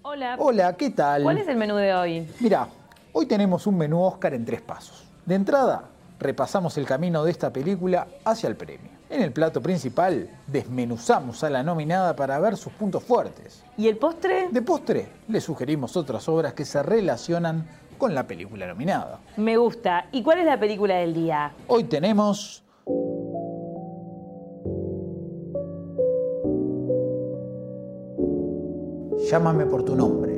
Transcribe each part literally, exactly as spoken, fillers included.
Hola. Hola, ¿qué tal? ¿Cuál es el menú de hoy? Mirá, hoy tenemos un menú Oscar en tres pasos. De entrada, repasamos el camino de esta película hacia el premio. En el plato principal, desmenuzamos a la nominada para ver sus puntos fuertes. ¿Y el postre? De postre, le sugerimos otras obras que se relacionan con la película nominada. Me gusta. ¿Y cuál es la película del día? Hoy tenemos... Llámame por tu nombre.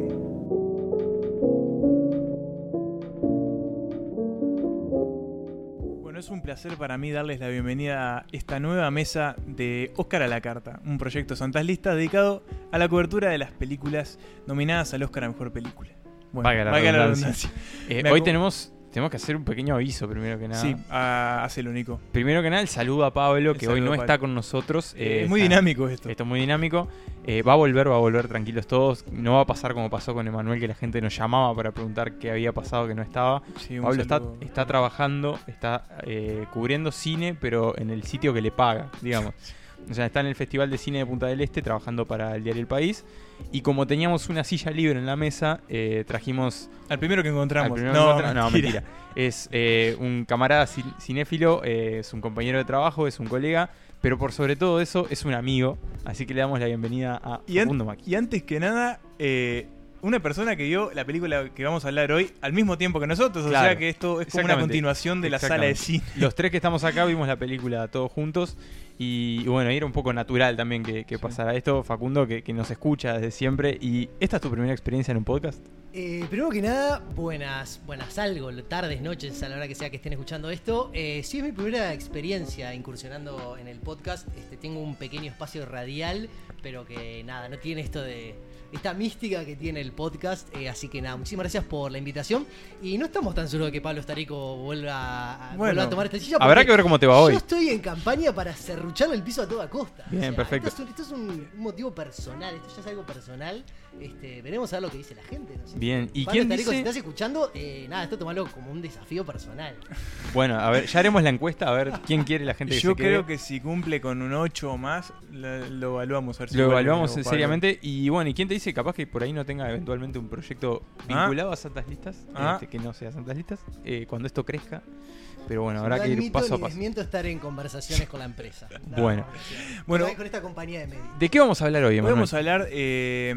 Bueno, es un placer para mí darles la bienvenida a esta nueva mesa de Oscar a la Carta, un proyecto Santas Listas dedicado a la cobertura de las películas nominadas al Oscar a Mejor Película. Bueno, valga la valga redundancia. la redundancia. Eh, hoy tenemos, tenemos que hacer un pequeño aviso primero que nada. Sí, a, hace el único. Primero que nada, el saludo a Pablo, El que hoy no Pablo. está con nosotros. Eh, Eh, es muy está, dinámico esto. Esto es muy dinámico. Eh, va a volver, va a volver tranquilos todos. No va a pasar como pasó con Emanuel, que la gente nos llamaba para preguntar qué había pasado, que no estaba. Sí, un Pablo está, saludo. está trabajando, está eh, cubriendo cine, pero en el sitio que le paga, digamos. O sea, está en el Festival de Cine de Punta del Este trabajando para el diario El País. Y como teníamos una silla libre en la mesa, eh, trajimos... Al primero que encontramos. al primero no, que encontra- no, mentira. mentira. Es eh, un camarada cin- cinéfilo, eh, es un compañero de trabajo, es un colega, pero por sobre todo eso es un amigo. Así que le damos la bienvenida a Y, an- Facundo Macchi. y antes que nada, eh, una persona que vio la película que vamos a hablar hoy al mismo tiempo que nosotros. Claro, o sea que esto es como una exactamente, continuación de la sala de exactamente. cine. Los tres que estamos acá vimos la película todos juntos. Y, y bueno, era un poco natural también que, que Sí. pasara esto. Facundo, que, que nos escucha desde siempre. ¿Y esta es tu primera experiencia en un podcast? Eh, primero que nada, buenas, buenas algo, tardes, noches, a la hora que sea que estén escuchando esto. Eh, sí, es mi primera experiencia incursionando en el podcast. Este, tengo un pequeño espacio radial, pero que nada, no tiene esto de esta mística que tiene el podcast. Eh, así que nada, muchísimas gracias por la invitación. Y no estamos tan seguros de que Pablo Starico vuelva a, Bueno, vuelva a tomar esta silla. Habrá porque que ver cómo te va hoy. Yo estoy en campaña para serrucharle el piso a toda costa. Bien, perfecto. Esto es, un, esto es un- un motivo personal, esto ya es algo personal. Este, veremos a ver lo que dice la gente. No sé. Bien, ¿y Pablo quién Starico, dice? si estás escuchando, eh, nada, esto tomalo como un desafío personal. Bueno, a ver, ya haremos la encuesta, a ver quién quiere la gente que Yo se quede. creo que si cumple con un ocho o más, lo, lo evaluamos. A ver si Lo vuelve evaluamos o Pablo. seriamente. Y bueno, ¿y quién te dice capaz que por ahí no tenga eventualmente un proyecto vinculado a Santas Listas? Ah. Este, que no sea Santas Listas, eh, cuando esto crezca. Pero bueno, No habrá que ir admito paso a ni paso. desmiento estar en conversaciones con la empresa. Nada Bueno. más, gracias. Bueno. Con- con esta compañía de medios. ¿De qué vamos a hablar hoy, Emanuel? Podemos hablar eh,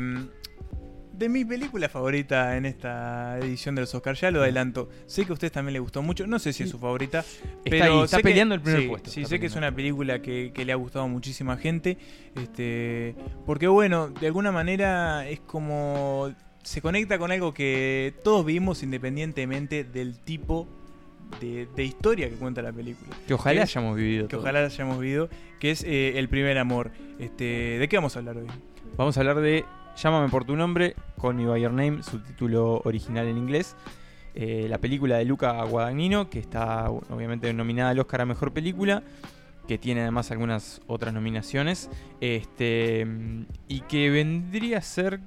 de mi película favorita en esta edición de los Oscars. Ya lo adelanto. Sé que a ustedes también les gustó mucho. No sé si es su favorita. Pero ahí, está sé que- peleando el primer sí, puesto, Sí, está sé que es peleando. una película que, que le ha gustado a muchísima gente. Este, porque bueno, de alguna manera es como... Se conecta con algo que todos vivimos independientemente del tipo de, de historia que cuenta la película. Que ojalá Que es- hayamos vivido Que todo. ojalá hayamos vivido. Que es eh, El primer amor. Este, ¿de qué vamos a hablar hoy? Vamos a hablar de Llámame por tu nombre, Call Me By Your Name, subtítulo original en inglés. Eh, la película de Luca Guadagnino, que está bueno, obviamente nominada al Oscar a Mejor Película, que tiene además algunas otras nominaciones, este y que vendría a ser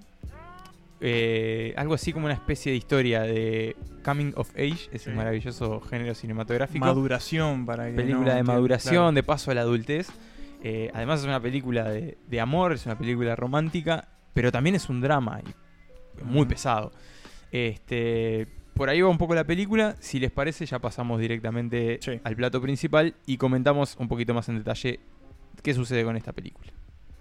eh, algo así como una especie de historia de Coming of Age, ese Sí. maravilloso género cinematográfico. Maduración para que Película no de entienda, maduración, claro. de paso a la adultez. Eh, además es una película de, de amor, es una película romántica, pero también es un drama y muy Ujú. pesado. Este, por ahí va un poco la película. Si les parece, ya pasamos directamente Sí. al plato principal y comentamos un poquito más en detalle qué sucede con esta película.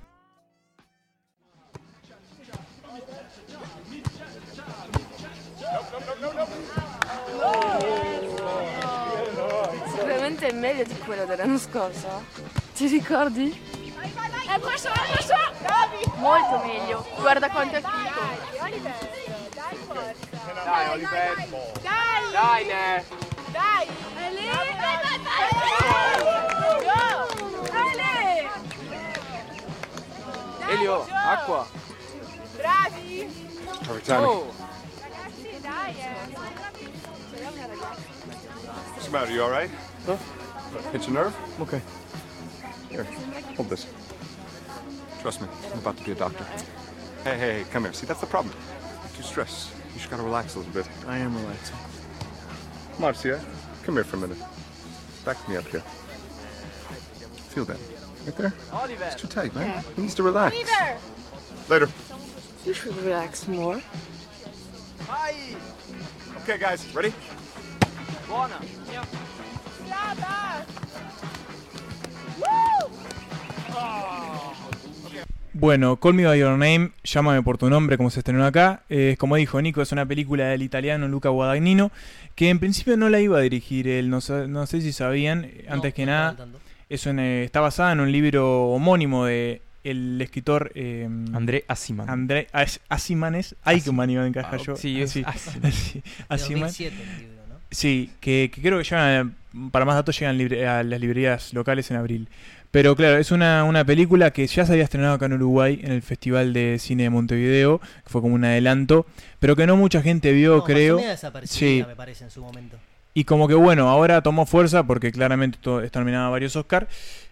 Sicuramente è meglio di quello dell'anno scorso. Ti ricordi? Eh, posso, posso! Bravi! Molto meglio. Guarda quanto è figo. Oliver, dai forza! Dai, Oliver! Dai! Dai, ne! Dai! Ale! Vai, vai, vai! Go! Ale! Dai, Elio, Gio! acqua! Bravi! Perfect timing. Ragazzi, dai, eh! What's the matter? You all right? Huh? Pinch a nerve? I'm okay. Here, hold this. Trust me, I'm about to be a doctor. Hey, hey, hey, come here. See, that's the problem. You're too stressed. You just gotta relax a little bit. I am relaxing. Marcia, come here for a minute. Back me up here. Feel that. Right there? Oliver! It's too tight, man. He needs to relax. Oliver! Later. You should relax more. Hi. Okay, guys, ready? Klar, da. Woo! Bueno, Call Me By Your Name, Llámame por tu nombre, como se estrenó acá. Eh, como dijo Nico, es una película del italiano Luca Guadagnino, que en principio no la iba a dirigir él, no, sé- no sé si sabían, eh, No, antes que no nada, estaba al tanto. es un, eh, está basada en un libro homónimo de el escritor eh, André Aciman. André As- Asimanes. Ay, que mal iba a encajar Ah, yo. sí, es Así- Asiman. así- De Asiman. dos mil siete el libro, ¿no? Sí, que, que creo que llegan, para más datos llegan libre- a las librerías locales en abril. Pero claro, es una, una película que ya se había estrenado acá en Uruguay en el Festival de Cine de Montevideo, que fue como un adelanto, pero que no mucha gente vio, No, pasó creo. media desapercibida, Sí. me parece, en su momento. Y como que bueno, ahora tomó fuerza porque claramente to- está nominada a varios Oscar.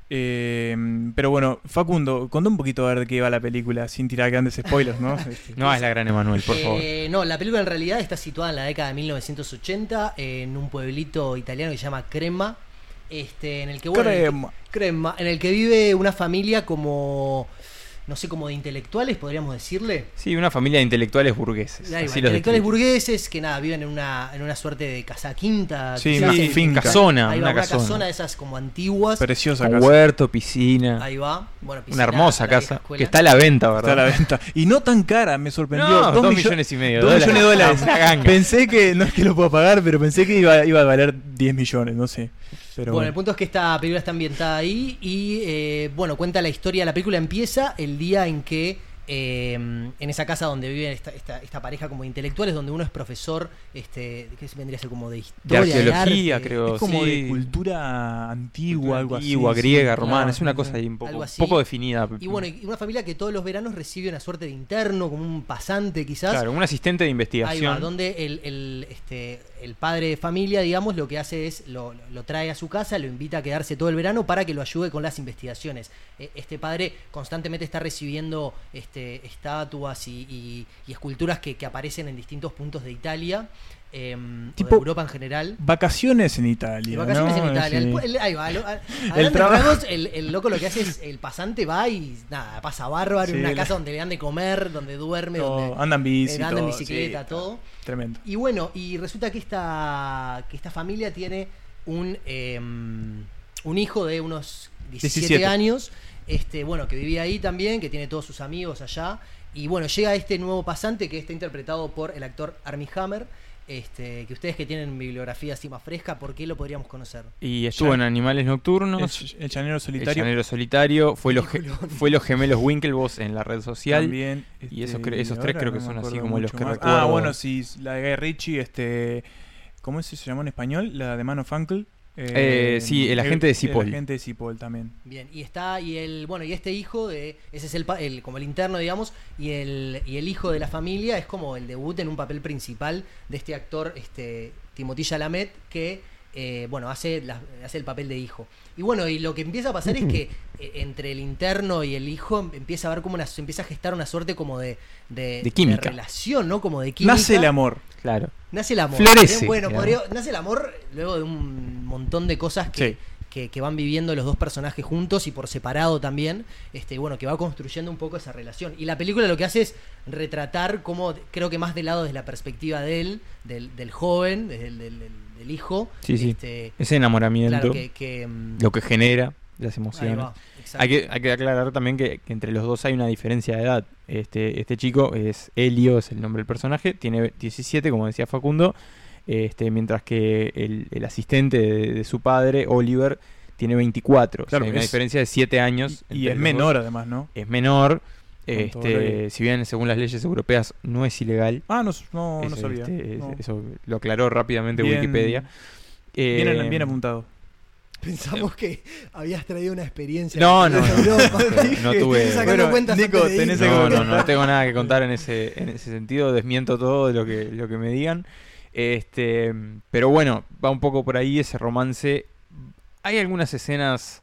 Eh, pero bueno, Facundo, contá un poquito a ver de qué va la película, sin tirar grandes spoilers, ¿no? Este, No es la gran Emanuel, por favor. Eh, no, la película en realidad está situada en la década de mil novecientos ochenta en un pueblito italiano que se llama Crema, este, en el que bueno, en el que- Crema. Crema, en el que vive una familia como, no sé, como de intelectuales, podríamos decirle. Sí, una familia de intelectuales burgueses. Ahí va, así los intelectuales describo. burgueses que nada, viven en una, en una suerte de casa quinta. Sí, quizás una en- finca. Casona, Ahí va, una una casona. casona de esas como antiguas. Preciosa Con casa. huerto, piscina. Ahí va. Bueno, piscina, Una hermosa la vieja casa. escuela. Que está a la venta, ¿verdad? Está a la venta. Y no tan cara, me sorprendió. No, dos millo- millones y medio de Dos dólares. millones de dólares. Una ganga. Pensé que, no es que lo puedo pagar, pero pensé que iba, iba a valer diez millones, no sé. Pero Bueno, bueno. el punto es que esta película está ambientada ahí y, eh, bueno, cuenta la historia. La película empieza el día en que, eh, en esa casa donde vive esta, esta, esta pareja como de intelectuales, donde uno es profesor, este, ¿qué vendría a ser? Como de De historia, arqueología, arte. creo. Es como sí. de cultura antigua, algo así. Antigua, sí, griega, sí, romana. claro, Es una sí, cosa sí. ahí un poco, Algo así. poco definida. Y bueno, y una familia que todos los veranos recibe una suerte de interno, como un pasante quizás. Claro, un asistente de Ahí investigación. va, donde el, el, este, el padre de familia, digamos, lo que hace es lo, lo trae a su casa, lo invita a quedarse todo el verano para que lo ayude con las investigaciones. Eh, Este padre constantemente está recibiendo este, estatuas y, y- y esculturas que, que aparecen en distintos puntos de Italia, eh, o Tipo- de Europa en general. Vacaciones en Italia. De vacaciones ¿no? en Italia. Sí. El, el- ahí va, lo- a- a El grandes trabajo- rasgos, el, el loco lo que hace es, el pasante va y nada, pasa bárbaro en Sí, una la- casa donde le dan de comer, donde duerme, Todo, donde anda en bici, eh, anda en todo, bicicleta, sí, todo. Tremendo. Y bueno, y resulta que esta, que esta familia tiene un, eh, un hijo de unos diecisiete, diecisiete. años, este, bueno, que vivía ahí también, que tiene todos sus amigos allá. Y bueno, llega este nuevo pasante que está interpretado por el actor Armie Hammer. Este, que ustedes que tienen bibliografía así más fresca, ¿por qué lo podríamos conocer? Y estuvo en Animales Nocturnos. El, el llanero El solitario. Llanero Solitario. Fue los, ge- Peliculón. fue los gemelos Winklevoss en la red social. También, Y esos este, cre- esos y tres ahora creo que no son me así acuerdo como los mucho que más. recuerdo. Ah, bueno, sí, la de Guy Ritchie, este, ¿cómo es que se llamó en español? La de Man of Uncle. Eh, sí, El agente de Cipoll. El agente de Cipoll también. Bien, y está, y el, bueno, y este hijo de, ese es el, pa- el como el interno, digamos, y el, y el hijo de la familia es como el debut en un papel principal de este actor, este, Timothée Chalamet, que, eh, bueno, hace, la- hace el papel de hijo. Y bueno, y lo que empieza a pasar es que eh, entre el interno y el hijo empieza a haber como una, se empieza a gestar una suerte como de, de, De química. relación, ¿no? Como de química. Nace el amor. Claro. Nace el amor. Florece, Bueno, digamos. podría- nace el amor luego de un montón de cosas que, Sí. que, que van viviendo los dos personajes juntos y por separado también. Este, bueno, que va construyendo un poco esa relación. Y la película lo que hace es retratar como, creo que más del lado de la perspectiva de él, del, del joven, del, del- del- del hijo. Sí, sí. Este, Ese enamoramiento. claro, que, que, mm, Lo que genera las ahí emociones. va, exacto. Hay que, hay que aclarar también que, que entre los dos hay una diferencia de edad. Este, este chico es Helio, es el nombre del personaje, tiene diecisiete, como decía Facundo, este, mientras que el, el asistente de, de su padre, Oliver, tiene veinticuatro. O sea, Claro, hay una es- diferencia de siete años. Y, entre y es los menor dos. además, ¿no? Es menor. todo lo Este, que- si bien según las leyes europeas no es ilegal. Ah, no, no, no Eso, sabía. este, No. Eso lo aclaró rápidamente Bien- Wikipedia. Bien, Eh, bien apuntado. Pensamos que habías traído una experiencia. No, no, no, Europa. no tuve- Sacando Bueno, cuentas Nico, antes de tenés irnos. No, no, no tengo nada que contar en ese, en ese sentido, desmiento todo de lo que, lo que me digan. Este, pero bueno, va un poco por ahí ese romance. Hay algunas escenas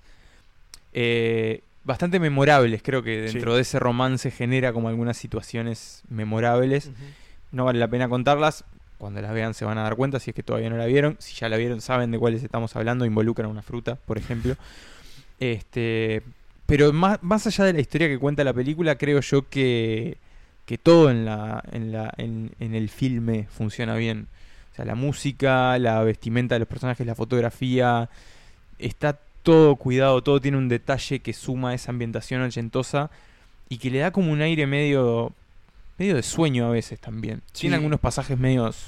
eh, bastante memorables, creo que dentro Sí. de ese romance genera como algunas situaciones memorables. Ujú. No vale la pena contarlas. Cuando las vean se van a dar cuenta si es que todavía no la vieron. Si ya la vieron saben de cuáles estamos hablando. Involucran una fruta, por ejemplo. Este, pero más, más allá de la historia que cuenta la película, creo yo que que todo en, la, en, la, en, en el filme funciona bien. O sea, la música, la vestimenta de los personajes, la fotografía, está todo cuidado, todo tiene un detalle que suma a esa ambientación ochentosa y que le da como un aire medio medio de sueño a veces también. Sí. Tiene algunos pasajes medios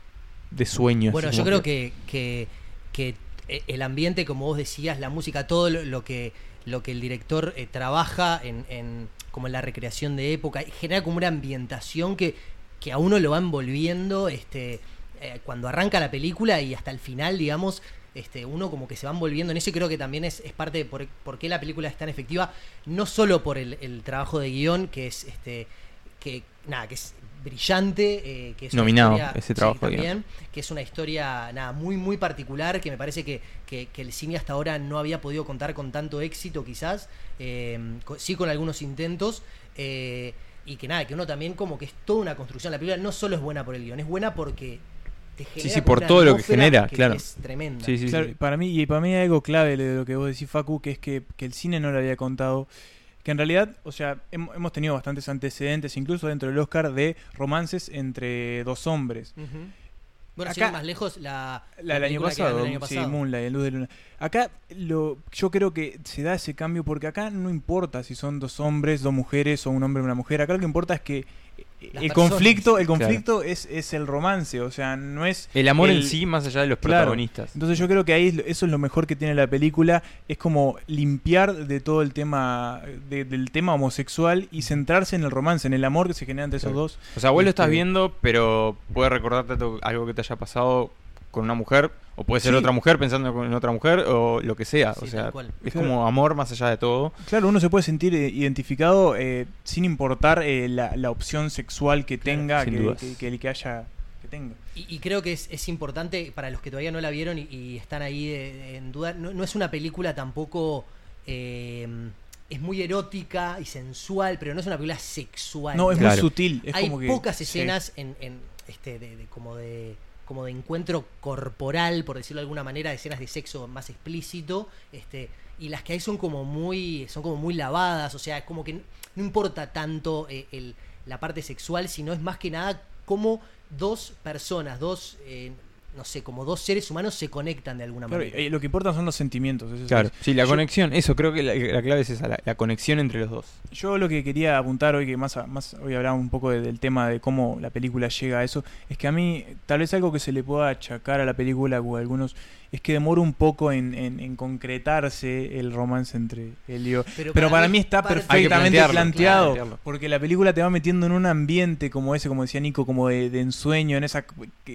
de sueño. Bueno, así yo como creo que, que, que el ambiente, como vos decías, la música, todo lo, lo que lo que el director eh, trabaja en, en como en la recreación de época, genera como una ambientación que, que a uno lo va envolviendo este eh, cuando arranca la película y hasta el final, digamos, este uno como que se va envolviendo en eso, y creo que también es, es parte de por, por qué la película es tan efectiva, no solo por el, el trabajo de guión, que es este que nada, que es brillante, eh, que es nominado una historia, ese trabajo, sí, también, digamos. que es una historia nada muy muy particular, que me parece que, que, que el cine hasta ahora no había podido contar con tanto éxito quizás, eh, con, sí con algunos intentos, eh, y que nada, que uno también como que es toda una construcción. La película no solo es buena por el guión, es buena porque te genera Sí, sí, como por una todo lo que atmósfera genera, que claro. es tremenda. Sí, sí, Claro, sí. para mí, y para mí hay algo clave de lo que vos decís, Facu, que es que, que el cine no lo había contado. Que en realidad, o sea, hem- hemos tenido bastantes antecedentes, incluso dentro del Oscar, de romances entre dos hombres. Ujú. Bueno, Acá- sin ir más lejos, la, La del año película que ganó pasado, el año sí, pasado. Moonlight, el Luz de Luna. Acá lo, yo creo que se da ese cambio porque acá no importa si son dos hombres, dos mujeres o un hombre y una mujer. Acá lo que importa es que Las el personas. conflicto, el conflicto es, es el romance, o sea, no es El amor el- en sí, más allá de los Claro. protagonistas. Entonces yo creo que ahí es lo- eso es lo mejor que tiene la película, es como limpiar de todo el tema de- del tema homosexual y centrarse en el romance, en el amor que se genera entre esos Claro. dos. O sea, vos lo estás Este, viendo, pero puede recordarte to- algo que te haya pasado con una mujer, o puede ser Sí. otra mujer pensando en otra mujer, o lo que sea. Sí, o sea, tal cual. es Claro. como amor más allá de todo. Claro, uno se puede sentir eh, identificado eh, sin importar eh, la, la opción sexual que Claro, tenga, sin que, dudas. que, que el que haya que tenga. Y, y creo que es, es importante para los que todavía no la vieron y, y están ahí de- en duda. No, no es una película tampoco. eh, es muy erótica y sensual, pero no es una película sexual. No, es Claro. muy sutil. Es Hay como que, pocas sí. escenas en, en este de, de- como de como de encuentro corporal, por decirlo de alguna manera, de escenas de sexo más explícito, este y las que hay son como muy son como muy lavadas, o sea, es como que no, no importa tanto eh, el, la parte sexual, sino es más que nada cómo dos personas, dos eh, no sé, como dos seres humanos se conectan de alguna Claro, manera. eh, lo que importa son los sentimientos. eso es- Claro. Sí, la Yo- conexión, eso creo que la, la clave es esa, la, la conexión entre los dos. Yo lo que quería apuntar hoy, que más, a- más hoy hablamos un poco de- del tema de cómo la película llega a eso, es que a mí, tal vez algo que se le pueda achacar a la película o a algunos, es que demora un poco en, en- en concretarse el romance entre él y yo. Pero Pero, para para, mí mí está parte- perfectamente Hay que plantearlo, planteado, claro. porque la película te va metiendo en un ambiente como ese, como decía Nico, como de, de ensueño, en ese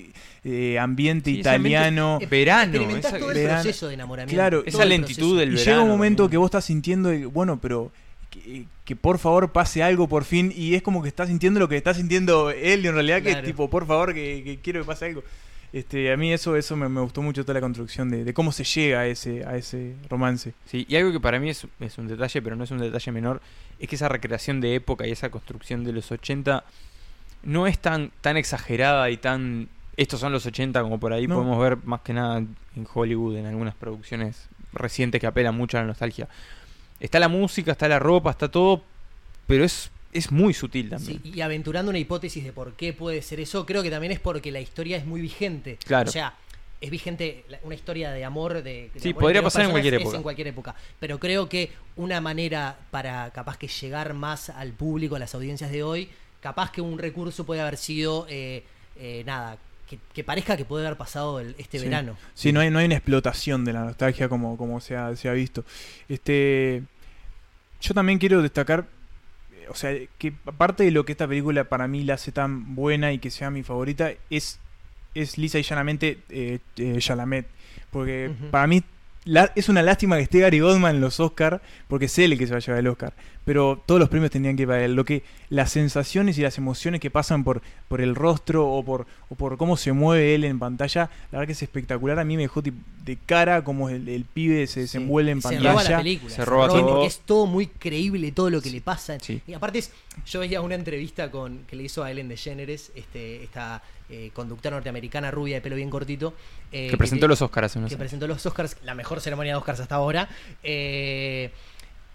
ambiente Sí, ese ambiente italiano. Eh, verano, experimentás esa- todo el verano. proceso de enamoramiento. Claro, todo esa el lentitud proceso. del Y verano. llega un momento también. que vos estás sintiendo, de, bueno, pero que, que por favor pase algo por fin, y es como que estás sintiendo lo que está sintiendo él, y en realidad que Claro. es tipo, por favor, que, que quiero que pase algo. Este, a mí eso eso me, me gustó mucho, toda la construcción de, de cómo se llega a ese a ese romance. Sí, y algo que para mí es, es un detalle, pero no es un detalle menor, es que esa recreación de época y esa construcción de los ochenta no es tan, tan exagerada y tan... Estos son los ochenta como por ahí No. podemos ver más que nada en Hollywood, en algunas producciones recientes que apelan mucho a la nostalgia. Está la música, está la ropa, está todo, pero es, es muy sutil también. Sí, y aventurando una hipótesis de por qué puede ser eso, creo que también es porque la historia es muy vigente. Claro. O sea, es vigente la- una historia de amor de, de Sí, amor podría entre dos pasar en personas, cualquier es época. en cualquier época. Pero creo que una manera para capaz que llegar más al público, a las audiencias de hoy, capaz que un recurso puede haber sido eh, eh, nada, que, que parezca que puede haber pasado el- este Sí. verano. Sí, no hay, no hay una explotación de la nostalgia como, como se, ha, se ha visto. Este, yo también quiero destacar, eh, o sea, que aparte de lo que esta película para mí la hace tan buena y que sea mi favorita, es, es lisa y llanamente eh, eh, Chalamet. Porque Ujú. para mí la- es una lástima que esté Gary Oldman en los Oscars, porque es él el que se va a llevar el Oscar. Pero todos los premios tendrían que ir para él. Lo que, las sensaciones y las emociones que pasan por, por el rostro o por, o por cómo se mueve él en pantalla, la verdad que es espectacular. A mí me dejó tip- de cara como el, el pibe se desenvuelve en se pantalla. roba la película, Se roba todo. porque es todo muy creíble todo lo que le pasa. Sí. Y aparte es, yo veía una entrevista con que le hizo a Ellen DeGeneres, este, esta eh, conductora norteamericana rubia de pelo bien cortito, eh, Que presentó te- los Oscars hace unos que años. presentó los Oscars, la mejor ceremonia de Oscars hasta ahora. eh,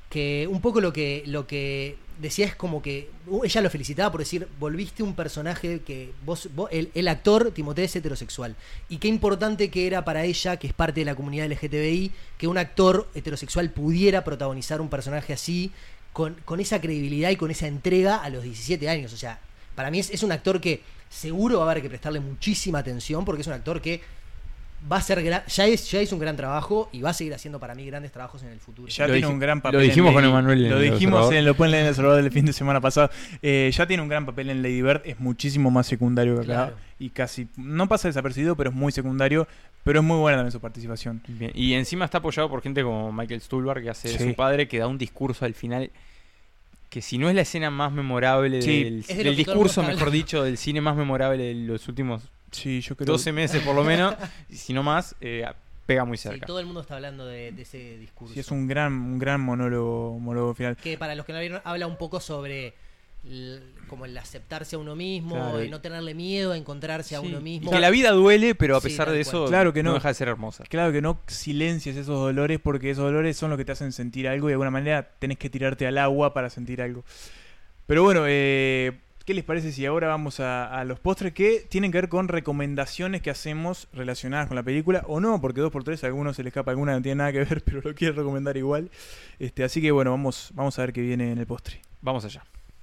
que un poco lo que, lo que decía es como que uh, ella lo felicitaba por decir, volviste un personaje que vos, vos el, el actor Timothée es heterosexual, y qué importante que era para ella, que es parte de la comunidad L G T B I, que un actor heterosexual pudiera protagonizar un personaje así, con, con esa credibilidad y con esa entrega a los diecisiete años. O sea, para mí es, es un actor que seguro va a haber que prestarle muchísima atención, porque es un actor que va a ser gra- ya es ya hizo un gran trabajo y va a seguir haciendo para mí grandes trabajos en el futuro. Ya Lo tiene dij- un gran papel. lo dijimos en con Lady- Emanuel en Lo El dijimos, Observador. en, lo pueden leer en El Observador del fin de semana pasado. Eh, ya tiene un gran papel en Lady Bird. Es muchísimo más secundario que acá. Claro. Y casi, no pasa desapercibido, pero es muy secundario. Pero es muy buena también su participación. Bien, y encima está apoyado por gente como Michael Stuhlbarg, que hace de Sí. su padre, que da un discurso al final que si no es la escena más memorable Sí. del, Es de lo del que todo el mundo discurso, está mejor hablando. dicho, del cine más memorable de los últimos Sí, yo creo. doce meses por lo menos, y si no más, eh, pega muy Sí, cerca. todo el mundo está hablando de, de ese discurso. Sí, es un gran, un gran monólogo, monólogo final. Que para los que no vieron, habla un poco sobre el, como el aceptarse a uno mismo, Claro. y no tenerle miedo a encontrarse a Sí, uno y mismo. que la vida duele, pero a Sí, pesar tal de cual. eso, Claro que no no. deja de ser hermosa. Claro que no silencies esos dolores, porque esos dolores son los que te hacen sentir algo y de alguna manera tenés que tirarte al agua para sentir algo. Pero bueno, eh, ¿qué les parece si ahora vamos a, a los postres que tienen que ver con recomendaciones que hacemos relacionadas con la película o no? Porque dos por tres a algunos se les escapa alguna, no tiene nada que ver, pero lo quiere recomendar igual. Este, así que bueno, vamos, vamos a ver qué viene en el postre. Vamos allá.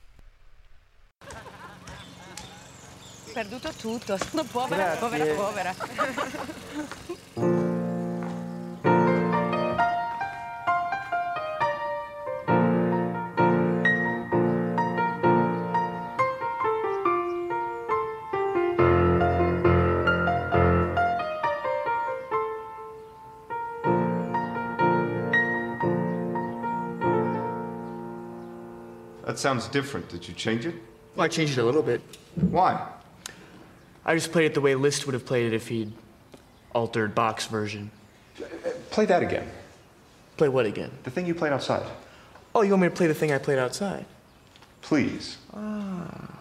Perduto tutto, sono povera, povera, povera. That sounds different. Did you change it? Well, I changed it a little bit. Why? I just played it the way Liszt would have played it if he'd altered Bach's version. Play that again. Play what again? The thing you played outside. Oh, you want me to play the thing I played outside? Please. Ah.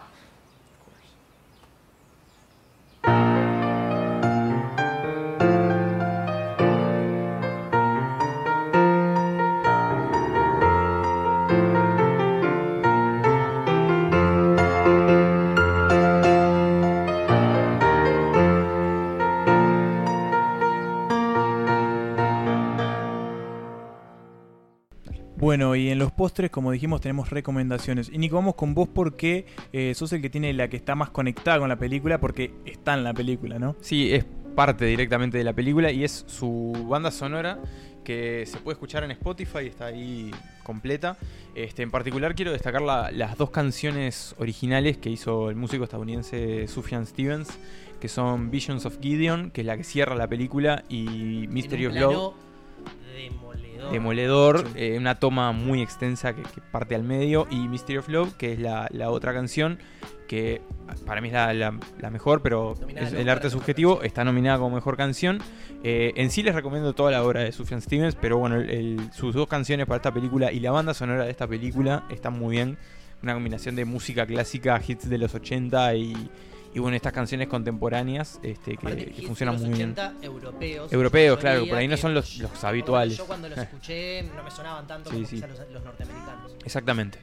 Bueno, y en los postres, como dijimos, tenemos recomendaciones. Y Nico, vamos con vos porque eh, sos el que tiene la que está más conectada con la película, porque está en la película, ¿no? Sí, es parte directamente de la película y es su banda sonora que se puede escuchar en Spotify, está ahí completa. Este, en particular quiero destacar la- las dos canciones originales que hizo el músico estadounidense Sufjan Stevens, que son Visions of Gideon, que es la que cierra la película, y Mystery En of un Love. plano demoledor. Demoledor, eh, una toma muy extensa que, que parte al medio, y Mystery of Love, que es la, la otra canción que para mí es la, la- la mejor, pero Nominada es al el Oscar arte a mejor subjetivo, canción. está nominada como mejor canción. Eh, en sí les recomiendo toda la obra de Sufjan Stevens, pero bueno, el- el- sus dos canciones para esta película y la banda sonora de esta película están muy bien. Una combinación de música clásica, hits de los ochenta y, y bueno, estas canciones contemporáneas este, que, Aparte, que hits funcionan de los muy bien. ochenta europeos. Europeos, su claro, mayoría, por ahí no que son los- los cuando- habituales. Yo cuando los Eh. escuché no me sonaban tanto Sí, como sí. quizás los, los norteamericanos. Exactamente.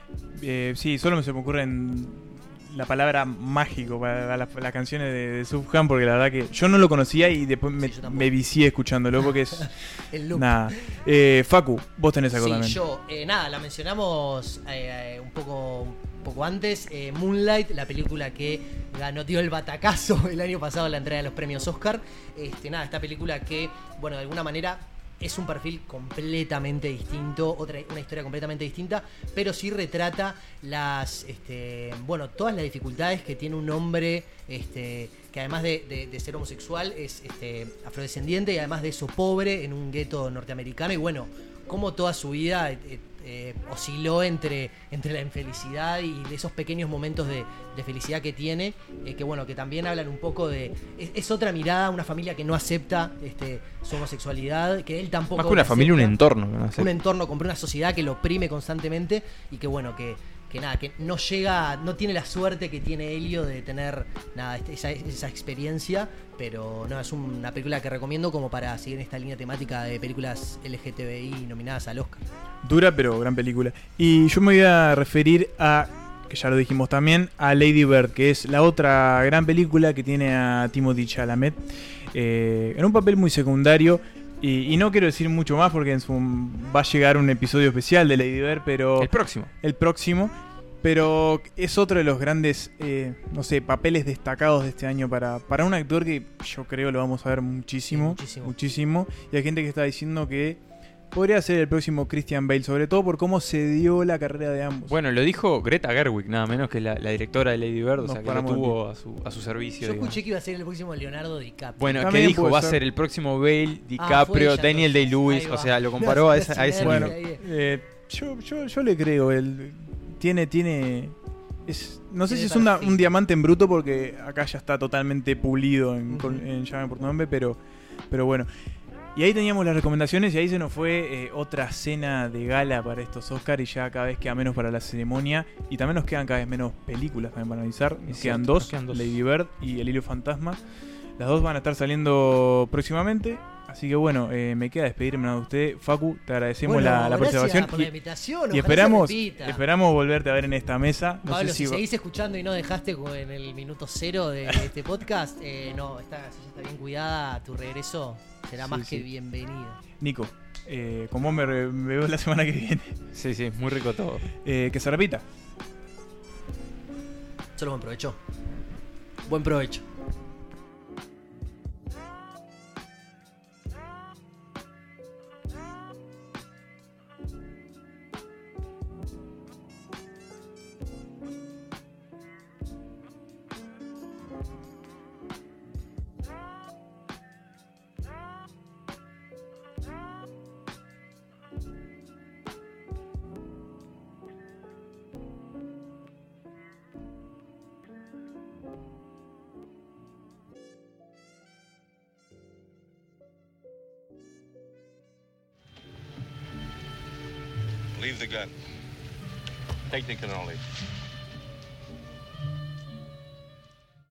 Eh, sí, solo se me ocurren la palabra mágico para las, las canciones de, de Sufjan, porque la verdad que yo no lo conocía y después me, Sí, yo tampoco. me vicié escuchándolo porque es... El loop. Nada. Eh, Facu, vos tenés algo Sí, también. yo, eh, nada, la mencionamos eh, eh, un poco un poco antes. eh, Moonlight, la película que ganó, dio el batacazo el año pasado en la entrega de los premios Oscar. Este, nada, esta película que, bueno, de alguna manera es un perfil completamente distinto, otra, una historia completamente distinta, pero sí retrata las, este, bueno, todas las dificultades que tiene un hombre, este, que además de, de- de ser homosexual es este, afrodescendiente y además de eso pobre en un gueto norteamericano, y bueno, cómo toda su vida eh, eh, osciló entre, entre la infelicidad y de esos pequeños momentos de, de felicidad que tiene, eh, que bueno, que también hablan un poco de... Es, es otra mirada, una familia que no acepta este, su homosexualidad, que él tampoco... Más que una la familia, un acepta. entorno. ¿no? Un entorno, compré una sociedad que lo oprime constantemente y que bueno, que, que nada, que no llega, no tiene la suerte que tiene Elio de tener nada este, esa, esa experiencia, pero no, es una película que recomiendo como para seguir en esta línea temática de películas L G T B I nominadas al Oscar. Dura, pero gran película. Y yo me voy a referir a, que ya lo dijimos también, a Lady Bird, que es la otra gran película que tiene a Timothée Chalamet eh, en un papel muy secundario. Y, y no quiero decir mucho más porque en su, va a llegar un episodio especial de Lady Bird, pero... El próximo. El próximo. Pero es otro de los grandes, eh, no sé, papeles destacados de este año para, para un actor que yo creo lo vamos a ver muchísimo. Sí, muchísimo. Muchísimo. Y hay gente que está diciendo que podría ser el próximo Christian Bale, sobre todo por cómo se dio la carrera de ambos. Bueno, lo dijo Greta Gerwig, nada menos que la, la directora de Lady Bird, o Nos sea, que lo paramos tuvo a su, a su servicio. Yo digamos. escuché que iba a ser el próximo Leonardo DiCaprio. Bueno, También ¿qué dijo? puede Va a ser. ser el próximo Bale, Ah, DiCaprio, fue ella, Daniel entonces. Day-Lewis, Ahí o va. sea, lo comparó a, No, ese, a ese no, Bueno, nivel. ahí. eh, yo, yo, yo le creo. Él tiene, tiene. Es, no sé Tiene si es una- perfil. un diamante en bruto porque acá ya está totalmente pulido en, Ujú. con- en Llame por tu nombre, pero, pero bueno. Y ahí teníamos las recomendaciones y ahí se nos fue eh, otra cena de gala para estos Oscars y ya cada vez queda menos para la ceremonia y también nos quedan cada vez menos películas también para analizar. Nos Es quedan cierto, dos, nos quedan dos. Lady Bird y El Hilo Fantasma. Las dos van a estar saliendo próximamente. Así que bueno, eh, me queda despedirme de usted. Facu, te agradecemos Bueno, la, la gracias participación. por la y- invitación. Y ojalá esperamos, se repita. esperamos volverte a ver en esta mesa. No Pablo, sé si, si va- seguís escuchando y no dejaste como en el minuto cero de este podcast, eh, no, esta silla está bien cuidada, tu regreso será Sí, más sí. que bienvenido. Nico, eh, con vos me, re- me veo la semana que viene. Sí, sí, muy rico todo. Eh, que se repita. Solo buen provecho. Buen provecho. Leave the gun. Technical knowledge.